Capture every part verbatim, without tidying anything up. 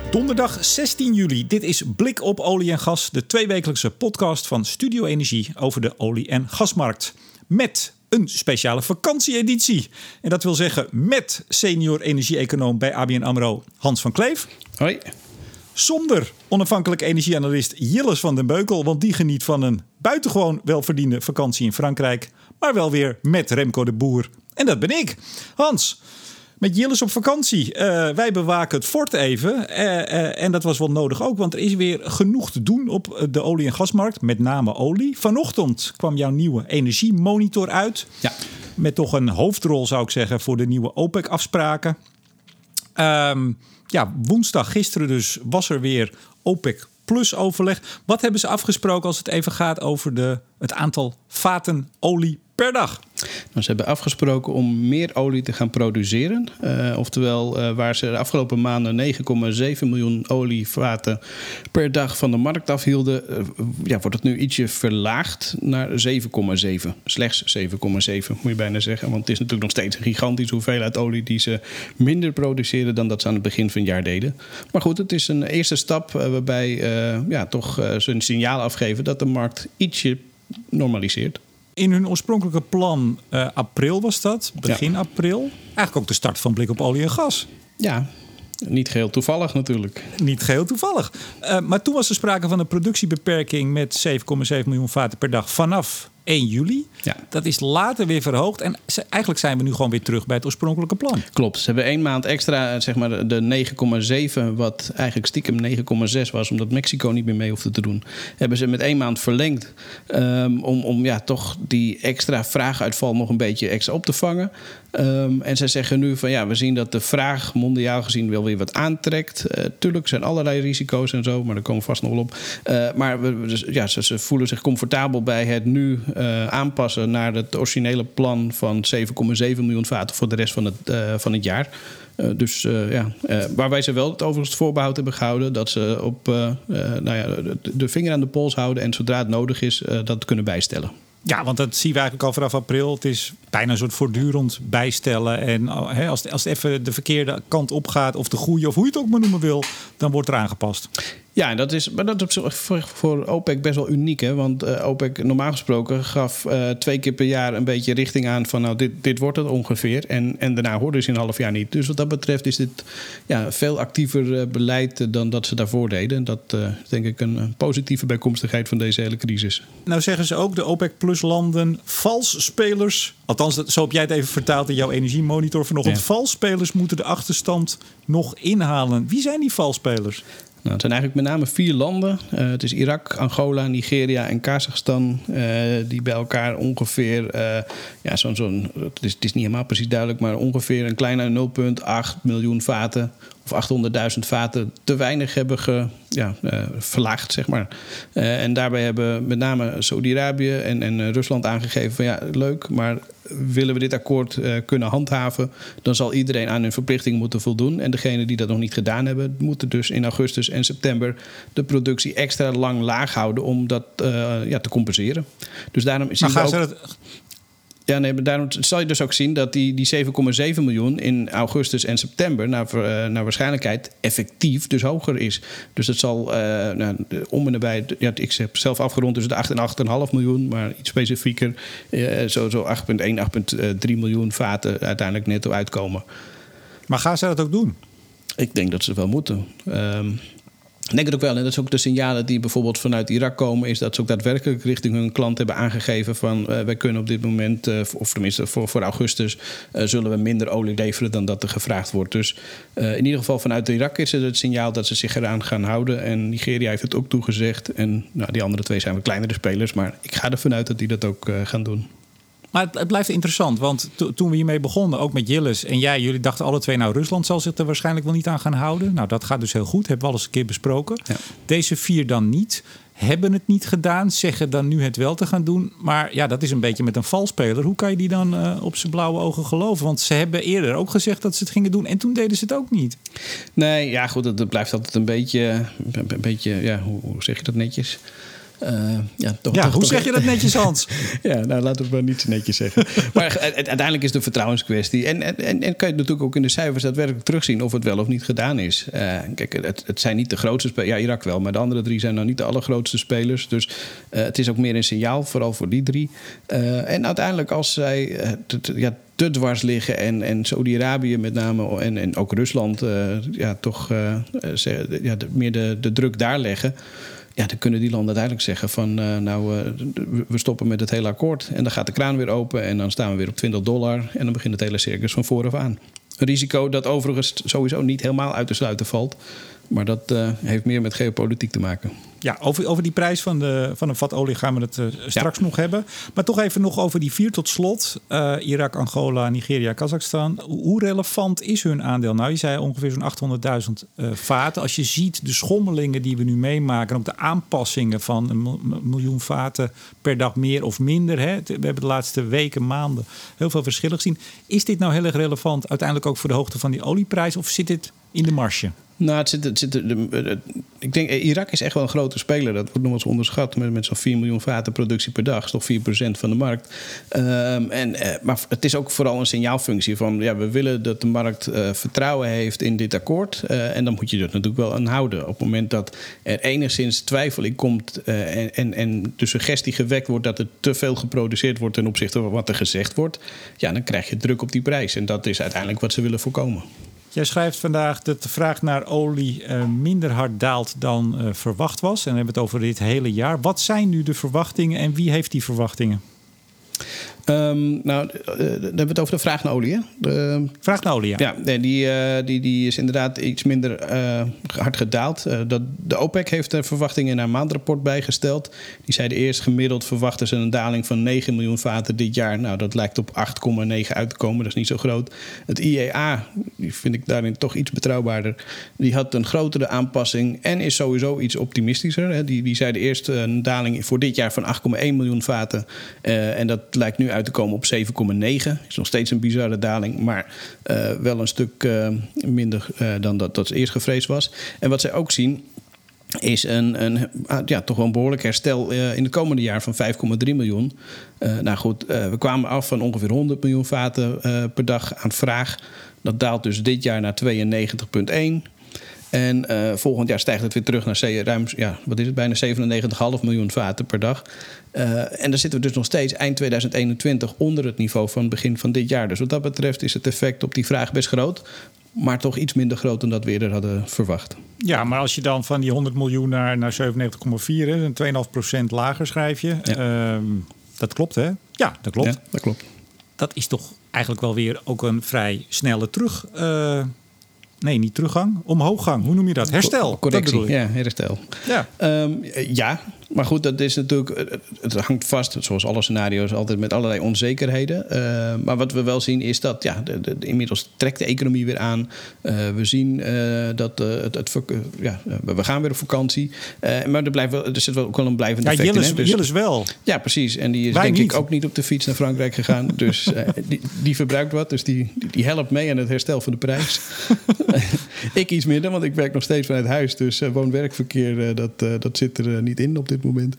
Donderdag zestien juli. Dit is Blik op olie en gas, de tweewekelijkse podcast van Studio Energie over de olie- en gasmarkt. Met een speciale vakantieeditie. En dat wil zeggen met senior energie-econoom bij A B N AMRO Hans van Kleef. Hoi. Zonder onafhankelijk energieanalist Jilles van den Beukel, want die geniet van een buitengewoon welverdiende vakantie in Frankrijk. Maar wel weer met Remco de Boer. En dat ben ik. Hans, met Jilles op vakantie. Uh, wij bewaken het fort even. Uh, uh, en dat was wel nodig ook, want er is weer genoeg te doen op de olie- en gasmarkt. Met name olie. Vanochtend kwam jouw nieuwe energiemonitor uit. Ja. Met toch een hoofdrol, zou ik zeggen, voor de nieuwe OPEC-afspraken. Um, ja, woensdag, gisteren dus, was er weer OPEC Plus overleg. Wat hebben ze afgesproken als het even gaat over de, het aantal vaten olie per dag? Nou, ze hebben afgesproken om meer olie te gaan produceren. Uh, oftewel, uh, waar ze de afgelopen maanden negen komma zeven miljoen olievaten per dag van de markt afhielden, uh, ja, wordt het nu ietsje verlaagd naar zeven komma zeven. Slechts zeven komma zeven, moet je bijna zeggen. Want het is natuurlijk nog steeds een gigantische hoeveelheid olie die ze minder produceren dan dat ze aan het begin van het jaar deden. Maar goed, het is een eerste stap uh, waarbij uh, ja, toch uh, ze een signaal afgeven dat de markt ietsje normaliseert. In hun oorspronkelijke plan, uh, april was dat, begin ja. april. Eigenlijk ook de start van Blik op olie en gas. Ja, niet geheel toevallig natuurlijk. Niet geheel toevallig. Uh, maar toen was er sprake van een productiebeperking met zeven komma zeven miljoen vaten per dag vanaf één juli. Ja. Dat is later weer verhoogd. En eigenlijk zijn we nu gewoon weer terug bij het oorspronkelijke plan. Klopt. Ze hebben één maand extra, zeg maar de negen komma zeven... wat eigenlijk stiekem negen komma zes was, omdat Mexico niet meer mee hoefde te doen, hebben ze met één maand verlengd um, om, om ja, toch die extra vraaguitval nog een beetje extra op te vangen. Um, en ze zeggen nu van ja, we zien dat de vraag mondiaal gezien wel weer wat aantrekt. Uh, tuurlijk zijn allerlei risico's en zo, maar daar komen we vast nog wel op. Uh, maar we, dus, ja, ze, ze voelen zich comfortabel bij het nu uh, aanpassen naar het originele plan van zeven komma zeven miljoen vaten voor de rest van het, uh, van het jaar. Uh, dus uh, ja, uh, waarbij ze wel het overigens het voorbehoud hebben gehouden dat ze op uh, uh, nou ja, de, de vinger aan de pols houden en zodra het nodig is, uh, dat kunnen bijstellen. Ja, want dat zien we eigenlijk al vanaf april. Het is bijna een soort voortdurend bijstellen. En he, als, het, als het even de verkeerde kant op gaat, of de goede, of hoe je het ook maar noemen wil, dan wordt er aangepast. Ja, en dat is, maar dat is voor, voor OPEC best wel uniek. Hè? Want uh, OPEC normaal gesproken gaf uh, twee keer per jaar een beetje richting aan van nou, dit, dit wordt het ongeveer. En, en daarna hoorden ze in een half jaar niet. Dus wat dat betreft is dit ja, veel actiever uh, beleid dan dat ze daarvoor deden. En dat uh, is denk ik een, een positieve bijkomstigheid van deze hele crisis. Nou zeggen ze ook, de OPEC Plus landen, valsspelers. Althans, zo heb jij het even vertaald in jouw energiemonitor vanochtend. Ja. Valsspelers moeten de achterstand nog inhalen. Wie zijn die valsspelers? Nou, het zijn eigenlijk met name vier landen. Uh, het is Irak, Angola, Nigeria en Kazachstan. Uh, die bij elkaar ongeveer, uh, ja, zo'n, zo'n, het, is, het is niet helemaal precies duidelijk, maar ongeveer een kleine nul komma acht miljoen vaten of achthonderdduizend vaten te weinig hebben ge, ja, uh, verlaagd, zeg maar. Uh, en daarbij hebben met name Saudi-Arabië en, en uh, Rusland aangegeven van ja, leuk, maar willen we dit akkoord uh, kunnen handhaven, dan zal iedereen aan hun verplichting moeten voldoen. En degenen die dat nog niet gedaan hebben, moeten dus in augustus en september de productie extra lang laag houden om dat uh, ja, te compenseren. Dus daarom zien maar gaan we ook... ze dat... Ja, nee, maar daarom zal je dus ook zien dat die, die zeven komma zeven miljoen in augustus en september naar, uh, naar waarschijnlijkheid effectief dus hoger is. Dus dat zal uh, nou, om en nabij, ja, ik heb zelf afgerond tussen de acht en acht komma vijf miljoen, maar iets specifieker, uh, zo, zo acht komma één, acht komma drie miljoen vaten uiteindelijk netto uitkomen. Maar gaan ze dat ook doen? Ik denk dat ze wel moeten. Um, Ik denk het ook wel. En dat is ook de signalen die bijvoorbeeld vanuit Irak komen, is dat ze ook daadwerkelijk richting hun klant hebben aangegeven van uh, wij kunnen op dit moment, uh, of tenminste voor, voor augustus, uh, zullen we minder olie leveren dan dat er gevraagd wordt. Dus uh, in ieder geval vanuit Irak is het het signaal dat ze zich eraan gaan houden. En Nigeria heeft het ook toegezegd. En nou, die andere twee zijn wat kleinere spelers, maar ik ga ervan uit dat die dat ook uh, gaan doen. Maar het, het blijft interessant, want to, toen we hiermee begonnen, ook met Jilles en jij, jullie dachten alle twee, nou, Rusland zal zich er waarschijnlijk wel niet aan gaan houden. Nou, dat gaat dus heel goed, hebben we al eens een keer besproken. Ja. Deze vier dan niet, hebben het niet gedaan, zeggen dan nu het wel te gaan doen. Maar ja, dat is een beetje met een valspeler. Hoe kan je die dan uh, op zijn blauwe ogen geloven? Want ze hebben eerder ook gezegd dat ze het gingen doen en toen deden ze het ook niet. Nee, ja goed, het blijft altijd een beetje, een beetje ja, hoe, hoe zeg je dat netjes? Uh, ja, toch, ja toch, hoe toch, zeg je dat netjes, Hans? Ja, nou laten we het maar niet zo netjes zeggen. Maar uiteindelijk is het een vertrouwenskwestie. En, en, en kan je natuurlijk ook in de cijfers daadwerkelijk terugzien of het wel of niet gedaan is. Uh, kijk, het, het zijn niet de grootste spelers. Ja, Irak wel, maar de andere drie zijn nou niet de allergrootste spelers. Dus uh, het is ook meer een signaal, vooral voor die drie. Uh, en uiteindelijk als zij uh, t, t, ja, te dwars liggen en, en Saudi-Arabië met name en, en ook Rusland uh, ja, toch uh, uh, ja, de, meer de, de druk daar leggen. Ja, dan kunnen die landen uiteindelijk zeggen van uh, nou, uh, we stoppen met het hele akkoord. En dan gaat de kraan weer open en dan staan we weer op twintig dollar. En dan begint het hele circus van vooraf aan. Een risico dat overigens sowieso niet helemaal uit te sluiten valt. Maar dat uh, heeft meer met geopolitiek te maken. Ja, over, over die prijs van, de, van een vat olie gaan we het uh, straks ja. nog hebben. Maar toch even nog over die vier tot slot. Uh, Irak, Angola, Nigeria, Kazachstan. Hoe relevant is hun aandeel? Nou, je zei ongeveer zo'n achthonderdduizend uh, vaten. Als je ziet de schommelingen die we nu meemaken... en ook de aanpassingen van een miljoen vaten per dag meer of minder. Hè? We hebben de laatste weken, maanden heel veel verschillen gezien. Is dit nou heel erg relevant uiteindelijk ook voor de hoogte van die olieprijs? Of zit dit in de marge? Nou, het zit, het zit, de, de, de, ik denk, Irak is echt wel een grote speler. Dat wordt nog wel eens onderschat met, met zo'n vier miljoen vaten productie per dag. Dat is toch vier procent van de markt. Um, en, uh, maar het is ook vooral een signaalfunctie van... ja, we willen dat de markt uh, vertrouwen heeft in dit akkoord. Uh, en dan moet je er natuurlijk wel aan houden. Op het moment dat er enigszins twijfel in komt... Uh, en, en, en de suggestie gewekt wordt dat er te veel geproduceerd wordt... ten opzichte van wat er gezegd wordt... ja, dan krijg je druk op die prijs. En dat is uiteindelijk wat ze willen voorkomen. Jij schrijft vandaag dat de vraag naar olie uh, minder hard daalt dan uh, verwacht was. En dan hebben we het over dit hele jaar. Wat zijn nu de verwachtingen en wie heeft die verwachtingen? Um, nou, uh, dan hebben we het over de vraag naar olie. Hè? De, vraag naar olie, ja. Ja, die, uh, die, die is inderdaad iets minder uh, hard gedaald. Uh, dat, de OPEC heeft de verwachtingen in haar maandrapport bijgesteld. Die zeiden eerst gemiddeld verwachten ze een daling van negen miljoen vaten dit jaar. Nou, dat lijkt op acht komma negen uit te komen. Dat is niet zo groot. Het I E A, die vind ik daarin toch iets betrouwbaarder. Die had een grotere aanpassing en is sowieso iets optimistischer. Hè. Die, die zeiden eerst een daling voor dit jaar van acht komma één miljoen vaten. Uh, en dat lijkt nu uit te komen op zeven komma negen. Is nog steeds een bizarre daling, maar uh, wel een stuk uh, minder uh, dan dat, dat eerst gevreesd was. En wat zij ook zien is een, een ja, toch wel een behoorlijk herstel uh, in het komende jaar van vijf komma drie miljoen. Uh, nou goed, uh, we kwamen af van ongeveer honderd miljoen vaten uh, per dag aan vraag. Dat daalt dus dit jaar naar tweeënnegentig komma één. En uh, volgend jaar stijgt het weer terug naar ruim, ja, wat is het, bijna zevenennegentig komma vijf miljoen vaten per dag. Uh, en dan zitten we dus nog steeds eind tweeduizend eenentwintig onder het niveau van het begin van dit jaar. Dus wat dat betreft is het effect op die vraag best groot. Maar toch iets minder groot dan dat we eerder hadden verwacht. Ja, maar als je dan van die honderd miljoen naar, naar zevenennegentig komma vier... een twee komma vijf procent lager schrijf je. Ja. Uh, dat klopt, hè? Ja, dat klopt. Ja, dat klopt. Dat is toch eigenlijk wel weer ook een vrij snelle terug... Uh, Nee, niet teruggang. Omhooggang. Hoe noem je dat? Herstel. Correctie. Ja, herstel. Ja. Um, ja, maar goed, dat is natuurlijk... Het hangt vast, zoals alle scenario's, altijd met allerlei onzekerheden. Uh, maar wat we wel zien is dat... ja, de, de, inmiddels trekt de economie weer aan. Uh, we zien uh, dat... Uh, het, het, uh, ja, we gaan weer op vakantie. Uh, maar er, blijft wel, er zit wel ook wel een blijvend ja, effect Jilles, in. Dus, Jilles wel. Ja, precies. En die is Wij denk niet. ik ook niet op de fiets naar Frankrijk gegaan. Dus uh, die, die verbruikt wat. Dus die, die, die helpt mee aan het herstel van de prijs. Ik iets minder, want ik werk nog steeds vanuit huis. Dus uh, woon-werkverkeer, uh, dat, uh, dat zit er uh, niet in op dit moment.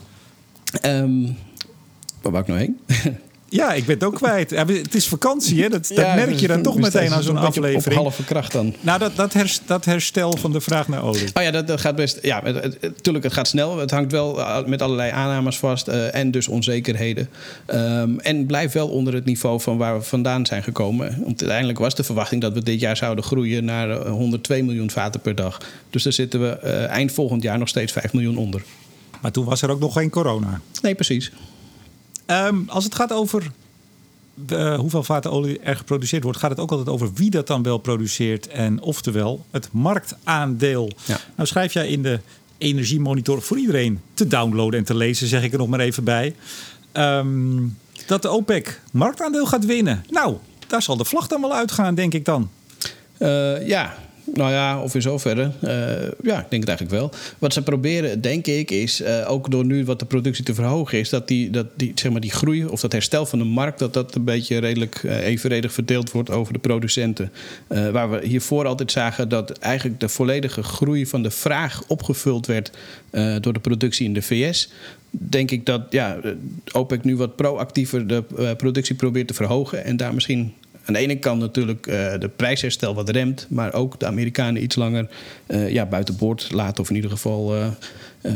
Um, waar wou ik nou heen? Ja, ik ben het ook kwijt. Ja, het is vakantie, hè? Dat, dat ja, merk je dan toch meteen aan zo'n aflevering. Op halve kracht dan. Nou, dat, dat, herst, dat herstel van de vraag naar olie. Oh ja, dat, dat gaat best... Ja, natuurlijk, het gaat snel. Het hangt wel met allerlei aannames vast. Uh, en dus onzekerheden. Um, en blijft wel onder het niveau van waar we vandaan zijn gekomen. Want uiteindelijk was de verwachting dat we dit jaar zouden groeien naar honderdtwee miljoen vaten per dag. Dus daar zitten we uh, eind volgend jaar nog steeds vijf miljoen onder. Maar toen was er ook nog geen corona. Nee, precies. Um, als het gaat over uh, hoeveel vaten olie er geproduceerd wordt... gaat het ook altijd over wie dat dan wel produceert. En oftewel het marktaandeel. Ja. Nou schrijf jij in de Energiemonitor voor iedereen te downloaden en te lezen... zeg ik er nog maar even bij... Um, dat de OPEC marktaandeel gaat winnen. Nou, daar zal de vlag dan wel uitgaan, denk ik dan. Uh, ja... Nou ja, of in zoverre. Uh, ja, ik denk het eigenlijk wel. Wat ze proberen, denk ik, is uh, ook door nu wat de productie te verhogen is, dat die, dat die, zeg maar die groei of dat herstel van de markt, dat dat een beetje redelijk uh, evenredig verdeeld wordt over de producenten. Uh, waar we hiervoor altijd zagen dat eigenlijk de volledige groei van de vraag opgevuld werd uh, door de productie in de V S. Denk ik dat ja, OPEC nu wat proactiever de uh, productie probeert te verhogen en daar misschien aan de ene kant natuurlijk uh, de prijsherstel wat remt, maar ook de Amerikanen iets langer uh, ja, buiten boord laten, of in ieder geval uh, uh,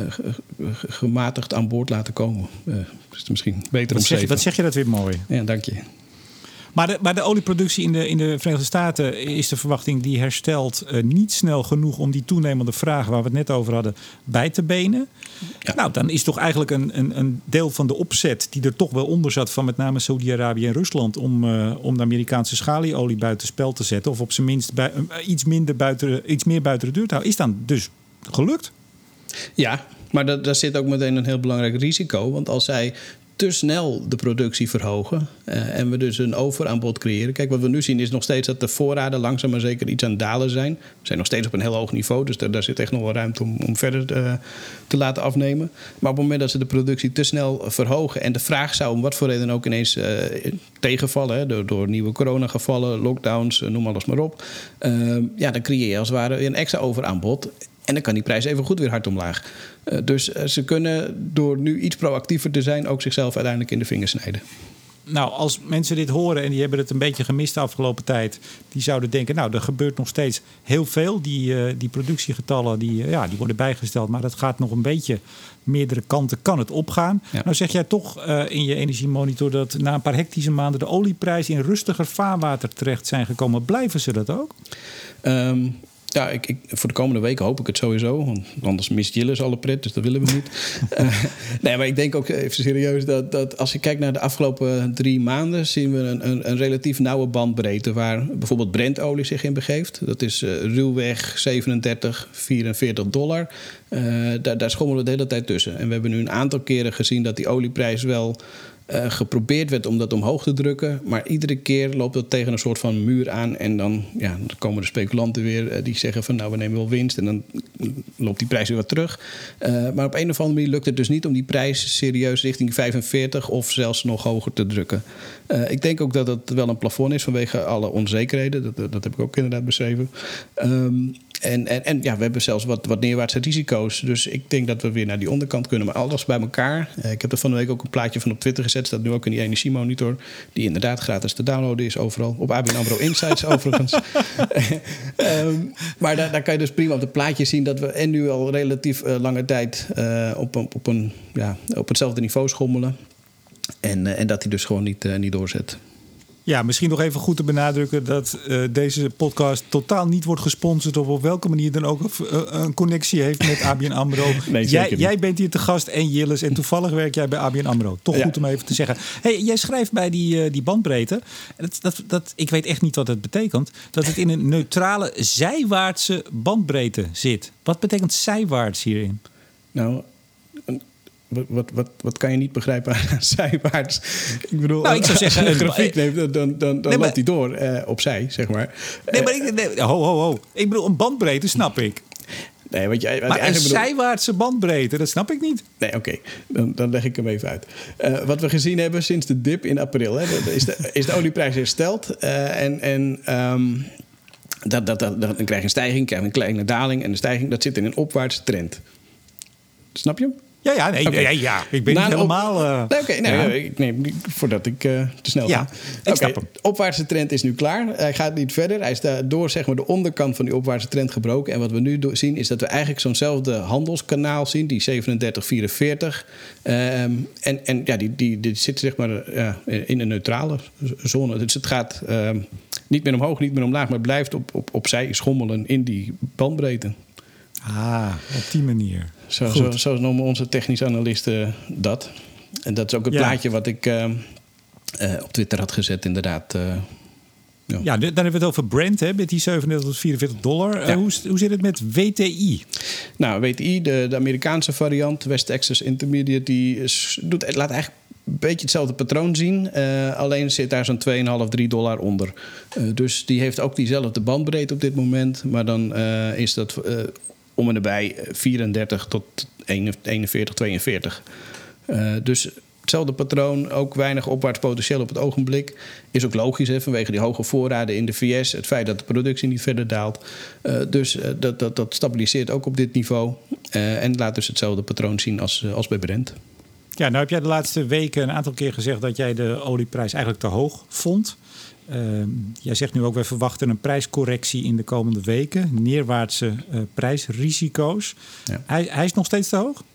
gematigd aan boord laten komen. Uh, is het misschien beter om omschreven. Wat zeg je dat weer mooi? Ja, dank je. Maar de, maar de olieproductie in de, in de Verenigde Staten is de verwachting die herstelt uh, niet snel genoeg om die toenemende vraag waar we het net over hadden bij te benen. Ja. Nou, dan is toch eigenlijk een, een, een deel van de opzet die er toch wel onder zat van met name Saudi-Arabië en Rusland om, uh, om de Amerikaanse schalieolie buiten spel te zetten of op zijn minst bij, uh, iets, minder buiten, iets meer buiten de deur te houden, is dan dus gelukt? Ja, maar da- daar zit ook meteen een heel belangrijk risico, want als zij te snel de productie verhogen uh, en we dus een overaanbod creëren. Kijk, wat we nu zien is nog steeds dat de voorraden langzaam maar zeker iets aan het dalen zijn. We zijn nog steeds op een heel hoog niveau, dus daar, daar zit echt nog wel ruimte om, om verder uh, te laten afnemen. Maar op het moment dat ze de productie te snel verhogen en de vraag zou om wat voor reden ook ineens uh, tegenvallen, hè, door, door nieuwe coronagevallen, lockdowns, uh, noem alles maar op. Uh, ja, dan creëer je als het ware een extra overaanbod. En dan kan die prijs even goed weer hard omlaag. Uh, dus uh, ze kunnen door nu iets proactiever te zijn ook zichzelf uiteindelijk in de vingers snijden. Nou, als mensen dit horen en die hebben het een beetje gemist de afgelopen tijd, die zouden denken, nou, er gebeurt nog steeds heel veel. Die, uh, die productiegetallen die, uh, ja, die worden bijgesteld, maar dat gaat nog een beetje meerdere kanten kan het opgaan. Ja. Nou zeg jij toch uh, in je energiemonitor dat na een paar hectische maanden de olieprijzen in rustiger vaarwater terecht zijn gekomen. Blijven ze dat ook? Um... Ja, ik, ik, voor de komende weken hoop ik het sowieso. Want anders mist Jillis alle pret, dus dat willen we niet. uh, nee, maar ik denk ook even serieus dat, dat als je kijkt naar de afgelopen drie maanden, zien we een, een, een relatief nauwe bandbreedte waar bijvoorbeeld Brentolie zich in begeeft. Dat is uh, ruwweg zevenendertig, vierenveertig dollar. Uh, daar, daar schommelen we de hele tijd tussen. En we hebben nu een aantal keren gezien dat die olieprijs wel Uh, geprobeerd werd om dat omhoog te drukken. Maar iedere keer loopt dat tegen een soort van muur aan. En dan, ja, dan komen de speculanten weer uh, die zeggen van nou, we nemen wel winst. En dan loopt die prijs weer wat terug. Uh, maar op een of andere manier lukt het dus niet om die prijs serieus richting vijfenveertig of zelfs nog hoger te drukken. Uh, ik denk ook dat het wel een plafond is vanwege alle onzekerheden. Dat, dat heb ik ook inderdaad beschreven. Um, En, en, en ja, we hebben zelfs wat, wat neerwaartse risico's. Dus ik denk dat we weer naar die onderkant kunnen. Maar alles bij elkaar. Uh, ik heb er van de week ook een plaatje van op Twitter gezet. Staat nu ook in die energiemonitor. Die inderdaad gratis te downloaden is overal. Op A B N AMRO Insights overigens. um, maar daar, daar kan je dus prima op het plaatje zien dat we en nu al relatief uh, lange tijd uh, op, op, op, een, ja, op hetzelfde niveau schommelen. En, uh, en dat hij dus gewoon niet, uh, niet doorzet. Ja, misschien nog even goed te benadrukken dat uh, deze podcast totaal niet wordt gesponsord of op welke manier dan ook of, uh, een connectie heeft met A B N AMRO. Nee, jij, jij bent hier te gast en Jillis en toevallig werk jij bij A B N AMRO. Toch ja. Goed om even te zeggen. Hey, jij schrijft bij die, uh, die bandbreedte, dat, dat, dat, ik weet echt niet wat het betekent, dat het in een neutrale zijwaartse bandbreedte zit. Wat betekent zijwaarts hierin? Nou, Wat, wat, wat kan je niet begrijpen aan zijwaarts? Ik bedoel, nou, ik zou zeggen, als je een grafiek neemt, dan, dan, dan nee, loopt die door uh, opzij, zeg maar. Nee, maar ik, nee, ho, ho, ho. Ik bedoel, een bandbreedte snap ik. Nee, wat jij, wat maar een bedoel... zijwaartse bandbreedte, dat snap ik niet. Nee, oké. Okay. Dan, dan leg ik hem even uit. Uh, wat we gezien hebben sinds de dip in april, hè, is, de, is de olieprijs hersteld. Uh, en en um, dat, dat, dat, dan krijg je een stijging, krijg je een kleine daling. En de stijging, dat zit in een opwaartse trend. Snap je hem? Ja, ja, nee, okay. nee, ja, ik ben Na niet helemaal... Uh, nee, oké, okay, nee, ja. nee, voordat ik uh, te snel ja, ga. ik okay, snap hem. De opwaartse trend is nu klaar. Hij gaat niet verder. Hij is door zeg maar, de onderkant van die opwaartse trend gebroken. En wat we nu do- zien is dat we eigenlijk zo'nzelfde handelskanaal zien. Die zevenendertig vierenveertig. Um, en en ja, die, die, die zit zeg maar, uh, in een neutrale zone. Dus het gaat um, niet meer omhoog, niet meer omlaag. Maar het blijft op, op, opzij schommelen in die bandbreedte. Ah, op die manier. Zo, zo, zo noemen onze technische analisten dat. En dat is ook het ja. plaatje wat ik uh, uh, op Twitter had gezet, inderdaad. Uh, ja. ja, dan hebben we het over Brent, hè, met die zevenendertig tot vierenveertig dollar. Ja. Uh, hoe, hoe zit het met W T I? Nou, W T I, de, de Amerikaanse variant, West Texas Intermediate, die is, doet, laat eigenlijk beetje hetzelfde patroon zien. Uh, alleen zit daar zo'n twee komma vijf, drie dollar onder. Uh, dus die heeft ook diezelfde bandbreedte op dit moment. Maar dan uh, is dat uh, om en nabij vierendertig tot eenenveertig, tweeënveertig. Uh, dus hetzelfde patroon, ook weinig opwaarts potentieel op het ogenblik. Is ook logisch, hè, vanwege die hoge voorraden in de V S. Het feit dat de productie niet verder daalt. Uh, dus uh, dat, dat, dat stabiliseert ook op dit niveau. Uh, en laat dus hetzelfde patroon zien als, uh, als bij Brent. Ja, nou heb jij de laatste weken een aantal keer gezegd dat jij de olieprijs eigenlijk te hoog vond. Uh, jij zegt nu ook, we verwachten een prijscorrectie in de komende weken. Neerwaartse uh, prijsrisico's. Ja. Hij, hij is nog steeds te hoog?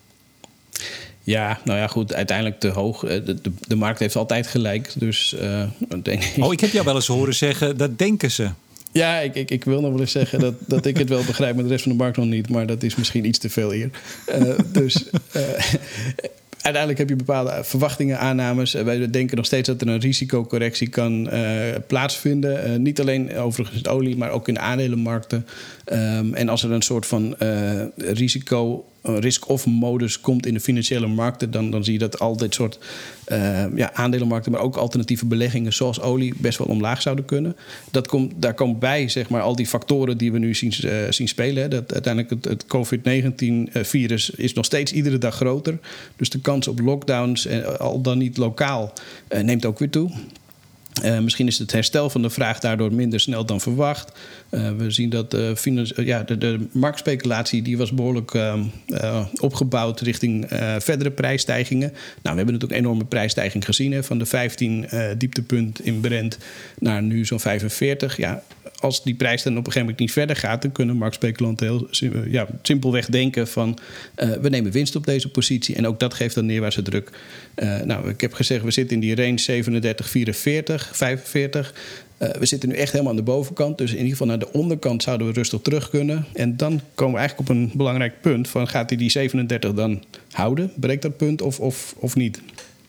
Ja, nou ja, goed, uiteindelijk te hoog. De, de, de markt heeft altijd gelijk, dus uh, denk ik... Oh, ik heb jou wel eens horen zeggen, dat denken ze. Ja, ik, ik, ik wil nog wel eens zeggen dat, dat ik het wel begrijp, maar de rest van de markt nog niet. Maar dat is misschien iets te veel eer. Uh, dus... Uh, Uiteindelijk heb je bepaalde verwachtingen, aannames. Wij denken nog steeds dat er een risicocorrectie kan uh, plaatsvinden. Uh, niet alleen overigens de olie, maar ook in de aandelenmarkten. Um, en als er een soort van uh, risico, risk-off modus komt in de financiële markten, dan, dan zie je dat al dit soort uh, ja, aandelenmarkten, maar ook alternatieve beleggingen zoals olie best wel omlaag zouden kunnen. Dat komt, daar komt bij, zeg maar, al die factoren die we nu zien, uh, zien spelen. Hè. Dat uiteindelijk het, het covid negentien virus is nog steeds iedere dag groter. Dus de kans op lockdowns, uh, al dan niet lokaal, uh, neemt ook weer toe. Uh, misschien is het herstel van de vraag daardoor minder snel dan verwacht. Uh, we zien dat uh, financi- ja, de, de marktspeculatie die was behoorlijk uh, uh, opgebouwd richting uh, verdere prijsstijgingen. Nou, we hebben natuurlijk een enorme prijsstijging gezien. Hè, van de vijftien uh, dieptepunt in Brent naar nu zo'n vijfenveertig. Ja, als die prijs dan op een gegeven moment niet verder gaat, dan kunnen marktspeculanten heel ja, simpelweg denken van uh, we nemen winst op deze positie. En ook dat geeft dan neerwaartse druk. Uh, nou, ik heb gezegd, we zitten in die range zevenendertig, vierenveertig, vijfenveertig. Uh, we zitten nu echt helemaal aan de bovenkant. Dus in ieder geval naar de onderkant zouden we rustig terug kunnen. En dan komen we eigenlijk op een belangrijk punt van gaat hij die zevenendertig dan houden? Breekt dat punt of, of, of niet?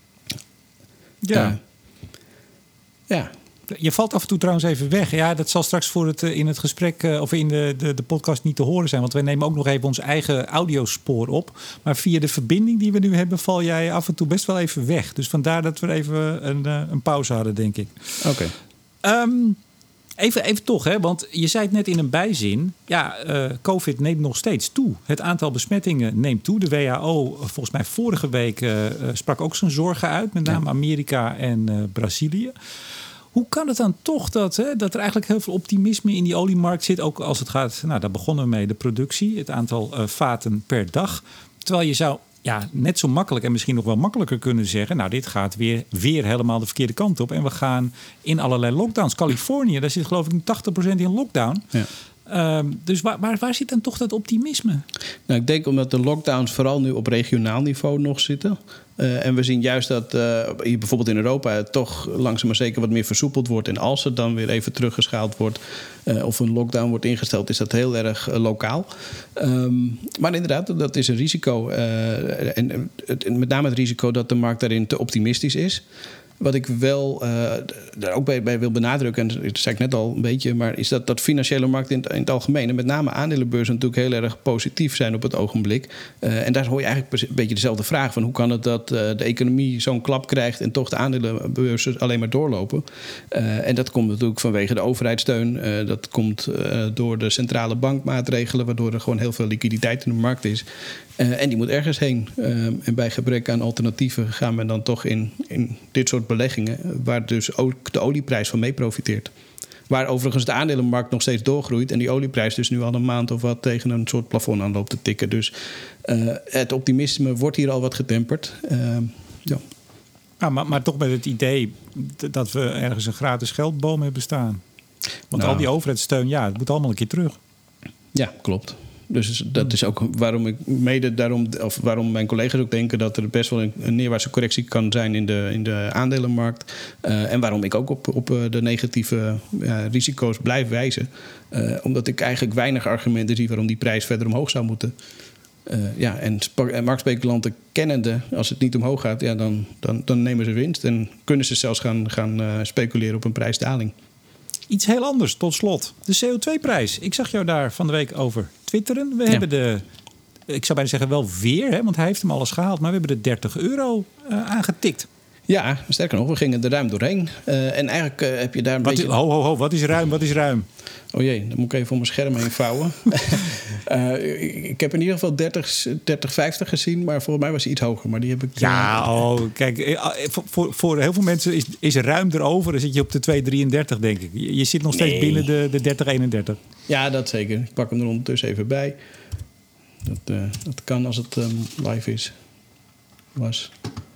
Ja. Uh, ja. Je valt af en toe trouwens even weg. Ja, dat zal straks voor het, in het gesprek uh, of in de, de, de podcast niet te horen zijn. Want wij nemen ook nog even ons eigen audiospoor op. Maar via de verbinding die we nu hebben, val jij af en toe best wel even weg. Dus vandaar dat we even een, uh, een pauze hadden, denk ik. Oké. Okay. Um, even, even toch, hè? Want je zei het net in een bijzin. Ja, uh, COVID neemt nog steeds toe. Het aantal besmettingen neemt toe. De W H O, volgens mij vorige week, uh, sprak ook zijn zorgen uit. Met name ja. Amerika en uh, Brazilië. Hoe kan het dan toch dat, hè, dat er eigenlijk heel veel optimisme in die oliemarkt zit? Ook als het gaat, nou daar begonnen we mee, de productie. Het aantal uh, vaten per dag. Terwijl je zou ja, net zo makkelijk en misschien nog wel makkelijker kunnen zeggen, nou dit gaat weer, weer helemaal de verkeerde kant op. En we gaan in allerlei lockdowns. Californië, daar zit geloof ik tachtig procent in lockdown. Ja. Um, dus waar, waar, waar zit dan toch dat optimisme? Nou, ik denk omdat de lockdowns vooral nu op regionaal niveau nog zitten. Uh, en we zien juist dat uh, hier bijvoorbeeld in Europa het toch langzaam maar zeker wat meer versoepeld wordt. En als het dan weer even teruggeschaald wordt uh, of een lockdown wordt ingesteld, is dat heel erg uh, lokaal. Um, maar inderdaad, dat is een risico. Uh, en uh, met name het risico dat de markt daarin te optimistisch is. Wat ik wel uh, daar ook bij, bij wil benadrukken, en dat zei ik net al een beetje, maar is dat, dat financiële markten in, in het algemeen, en met name aandelenbeurzen, natuurlijk heel erg positief zijn op het ogenblik. Uh, en daar hoor je eigenlijk een beetje dezelfde vraag van hoe kan het dat uh, de economie zo'n klap krijgt en toch de aandelenbeurzen alleen maar doorlopen. Uh, en dat komt natuurlijk vanwege de overheidssteun. Uh, dat komt uh, door de centrale bankmaatregelen, waardoor er gewoon heel veel liquiditeit in de markt is. Uh, en die moet ergens heen. Uh, en bij gebrek aan alternatieven gaan we dan toch in, in dit soort beleggingen, waar dus ook de olieprijs van mee profiteert. Waar overigens de aandelenmarkt nog steeds doorgroeit en die olieprijs dus nu al een maand of wat tegen een soort plafond aan loopt te tikken. Dus uh, het optimisme wordt hier al wat getemperd. Uh, ja. Ja, maar, maar toch met het idee dat we ergens een gratis geldboom hebben staan. Want nou, al die overheidssteun, ja, het moet allemaal een keer terug. Ja, klopt. Dus dat is ook waarom ik mede daarom, of waarom mijn collega's ook denken dat er best wel een, een neerwaartse correctie kan zijn in de, in de aandelenmarkt. Uh, en waarom ik ook op, op de negatieve uh, risico's blijf wijzen. Uh, omdat ik eigenlijk weinig argumenten zie waarom die prijs verder omhoog zou moeten. Uh, ja, en, sp- en marktspeculanten kennende, als het niet omhoog gaat, ja, dan, dan, dan nemen ze winst. En kunnen ze zelfs gaan, gaan uh, speculeren op een prijsdaling. Iets heel anders, tot slot. De C O twee prijs. Ik zag jou daar van de week over twitteren. We ja. hebben de, ik zou bijna zeggen wel weer, hè, want hij heeft hem alles gehaald. Maar we hebben de dertig euro uh, aangetikt. Ja, sterker nog, we gingen er ruim doorheen. Uh, en eigenlijk uh, heb je daar een wat beetje... Is, ho, ho, ho, wat is ruim, wat is ruim? Oh jee, dan moet ik even om mijn scherm heen vouwen. uh, ik heb in ieder geval dertig, dertig, vijftig gezien, maar volgens mij was hij iets hoger. Maar die heb ik... Ja, uh... oh, kijk, voor, voor heel veel mensen is, is ruim erover. Dan zit je op de twee drieëntendertig, denk ik. Je, je zit nog steeds nee. binnen de, de dertig eenendertig. Ja, dat zeker. Ik pak hem er ondertussen even bij. Dat, uh, dat kan als het um, live is. Was...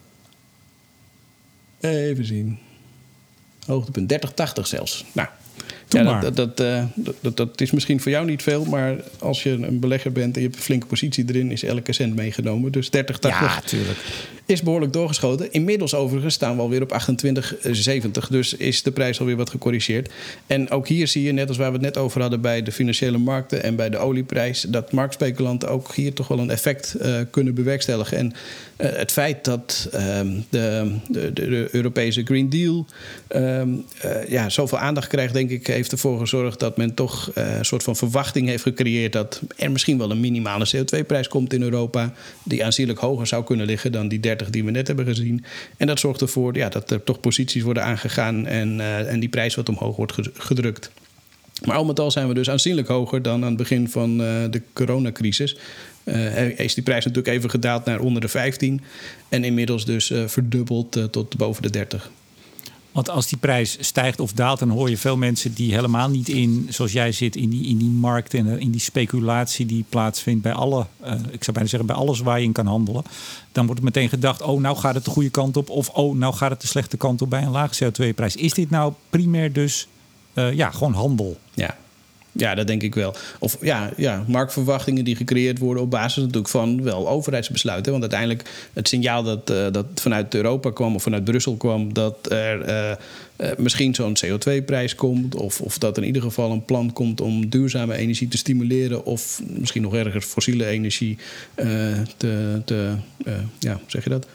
Even zien. Hoogtepunt dertig tachtig zelfs. Nou, ja, dat, dat, uh, dat, dat, dat is misschien voor jou niet veel, maar als je een belegger bent en je hebt een flinke positie erin, is elke cent meegenomen. Dus dertig tachtig ja, tuurlijk. Is behoorlijk doorgeschoten. Inmiddels overigens staan we alweer op achtentwintig zeventig. Dus is de prijs alweer wat gecorrigeerd. En ook hier zie je, net als waar we het net over hadden bij de financiële markten en bij de olieprijs, dat marktspeculanten ook hier toch wel een effect uh, kunnen bewerkstelligen. En uh, het feit dat uh, de, de, de Europese Green Deal uh, uh, ja, zoveel aandacht krijgt, denk ik, heeft ervoor gezorgd dat men toch uh, een soort van verwachting heeft gecreëerd dat er misschien wel een minimale C O twee prijs komt in Europa, die aanzienlijk hoger zou kunnen liggen dan die dertig die we net hebben gezien. En dat zorgt ervoor ja, dat er toch posities worden aangegaan en, uh, en die prijs wat omhoog wordt gedrukt. Maar al met al zijn we dus aanzienlijk hoger dan aan het begin van uh, de coronacrisis. Uh, is die prijs natuurlijk even gedaald naar onder de vijftien. En inmiddels dus uh, verdubbeld uh, tot boven de dertig. Want als die prijs stijgt of daalt, dan hoor je veel mensen die helemaal niet in, zoals jij zit, in die, in die markt en in die speculatie die plaatsvindt bij alle, uh, ik zou bijna zeggen bij alles waar je in kan handelen. Dan wordt meteen gedacht, oh, nou gaat het de goede kant op, of oh, nou gaat het de slechte kant op bij een lage C O twee prijs. Is dit nou primair dus uh, ja, gewoon handel? Ja. Ja, dat denk ik wel. Of ja, ja, marktverwachtingen die gecreëerd worden op basis natuurlijk van wel overheidsbesluiten. Want uiteindelijk het signaal dat, uh, dat vanuit Europa kwam of vanuit Brussel kwam, dat er uh, uh, misschien zo'n C O twee prijs komt. Of, of dat er in ieder geval een plan komt om duurzame energie te stimuleren. Of misschien nog erger fossiele energie uh, te, te uh, ja, zeg je dat?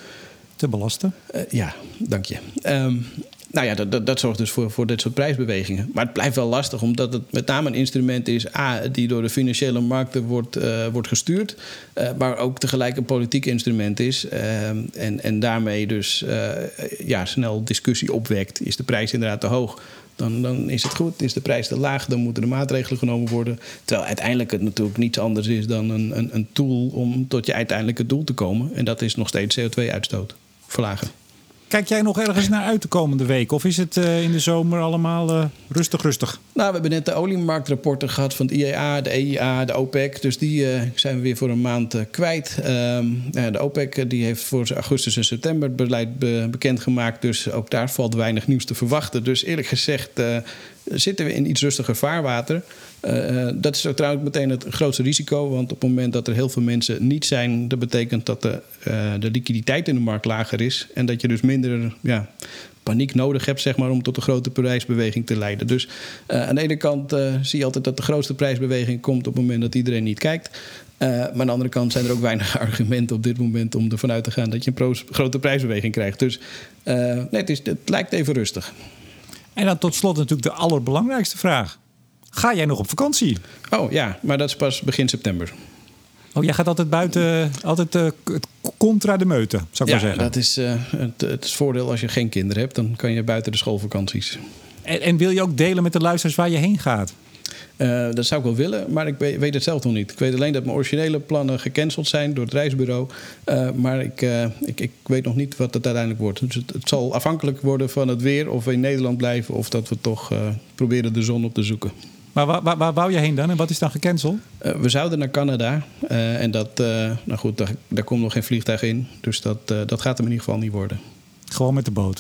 Te belasten. Uh, ja, dank je. Um, Nou ja, dat, dat, dat zorgt dus voor, voor dit soort prijsbewegingen. Maar het blijft wel lastig, omdat het met name een instrument is, A, die door de financiële markten wordt, uh, wordt gestuurd, uh, maar ook tegelijk een politiek instrument is. Uh, en, en daarmee dus uh, ja, snel discussie opwekt. Is de prijs inderdaad te hoog? Dan, dan is het goed. Is de prijs te laag? Dan moeten er maatregelen genomen worden. Terwijl uiteindelijk het natuurlijk niets anders is dan een, een, een tool om tot je uiteindelijke doel te komen. En dat is nog steeds C O twee uitstoot verlagen. Kijk jij nog ergens naar uit de komende week? Of is het uh, in de zomer allemaal uh, rustig, rustig? Nou, we hebben net de oliemarktrapporten gehad van het I E A, de E I A, de OPEC. Dus die uh, zijn we weer voor een maand uh, kwijt. Um, ja, de OPEC die heeft voor augustus en september het beleid be- bekendgemaakt. Dus ook daar valt weinig nieuws te verwachten. Dus eerlijk gezegd uh, zitten we in iets rustiger vaarwater. Uh, dat is ook trouwens meteen het grootste risico. Want op het moment dat er heel veel mensen niet zijn, dat betekent dat de, uh, de liquiditeit in de markt lager is. En dat je dus minder ja, paniek nodig hebt, zeg maar, om tot een grote prijsbeweging te leiden. Dus uh, aan de ene kant uh, zie je altijd dat de grootste prijsbeweging komt op het moment dat iedereen niet kijkt. Uh, maar aan de andere kant zijn er ook weinig argumenten op dit moment om ervan uit te gaan dat je een pro- grote prijsbeweging krijgt. Dus uh, nee, het, is, het lijkt even rustig. En dan tot slot natuurlijk de allerbelangrijkste vraag. Ga jij nog op vakantie? Oh ja, maar dat is pas begin september. Oh, jij gaat altijd buiten, altijd uh, contra de meute, zou ik ja, maar zeggen. Dat is uh, het, het is voordeel als je geen kinderen hebt. Dan kan je buiten de schoolvakanties. En, en wil je ook delen met de luisteraars waar je heen gaat? Uh, dat zou ik wel willen, maar ik weet het zelf nog niet. Ik weet alleen dat mijn originele plannen gecanceld zijn door het reisbureau. Uh, maar ik, uh, ik, ik weet nog niet wat het uiteindelijk wordt. Dus het, het zal afhankelijk worden van het weer, of we in Nederland blijven, of dat we toch uh, proberen de zon op te zoeken. Maar waar, waar, waar wou je heen dan en wat is dan gecanceld? Uh, we zouden naar Canada. Uh, en dat, uh, nou goed, daar, daar komt nog geen vliegtuig in. Dus dat, uh, dat gaat hem in ieder geval niet worden. Gewoon met de boot?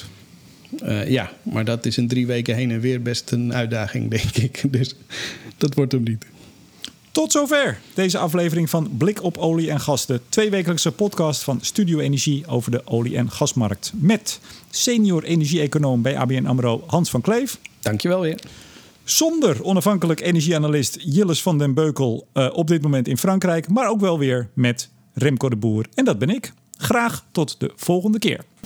Uh, ja, maar dat is in drie weken heen en weer best een uitdaging, denk ik. Dus dat wordt hem niet. Tot zover deze aflevering van Blik op Olie en Gas. De tweewekelijkse podcast van Studio Energie over de olie- en gasmarkt. Met senior energie-econoom bij A B N AMRO Hans van Kleef. Dankjewel weer. Zonder onafhankelijk energieanalist Jilles van den Beukel uh, op dit moment in Frankrijk. Maar ook wel weer met Remco de Boer. En dat ben ik. Graag tot de volgende keer.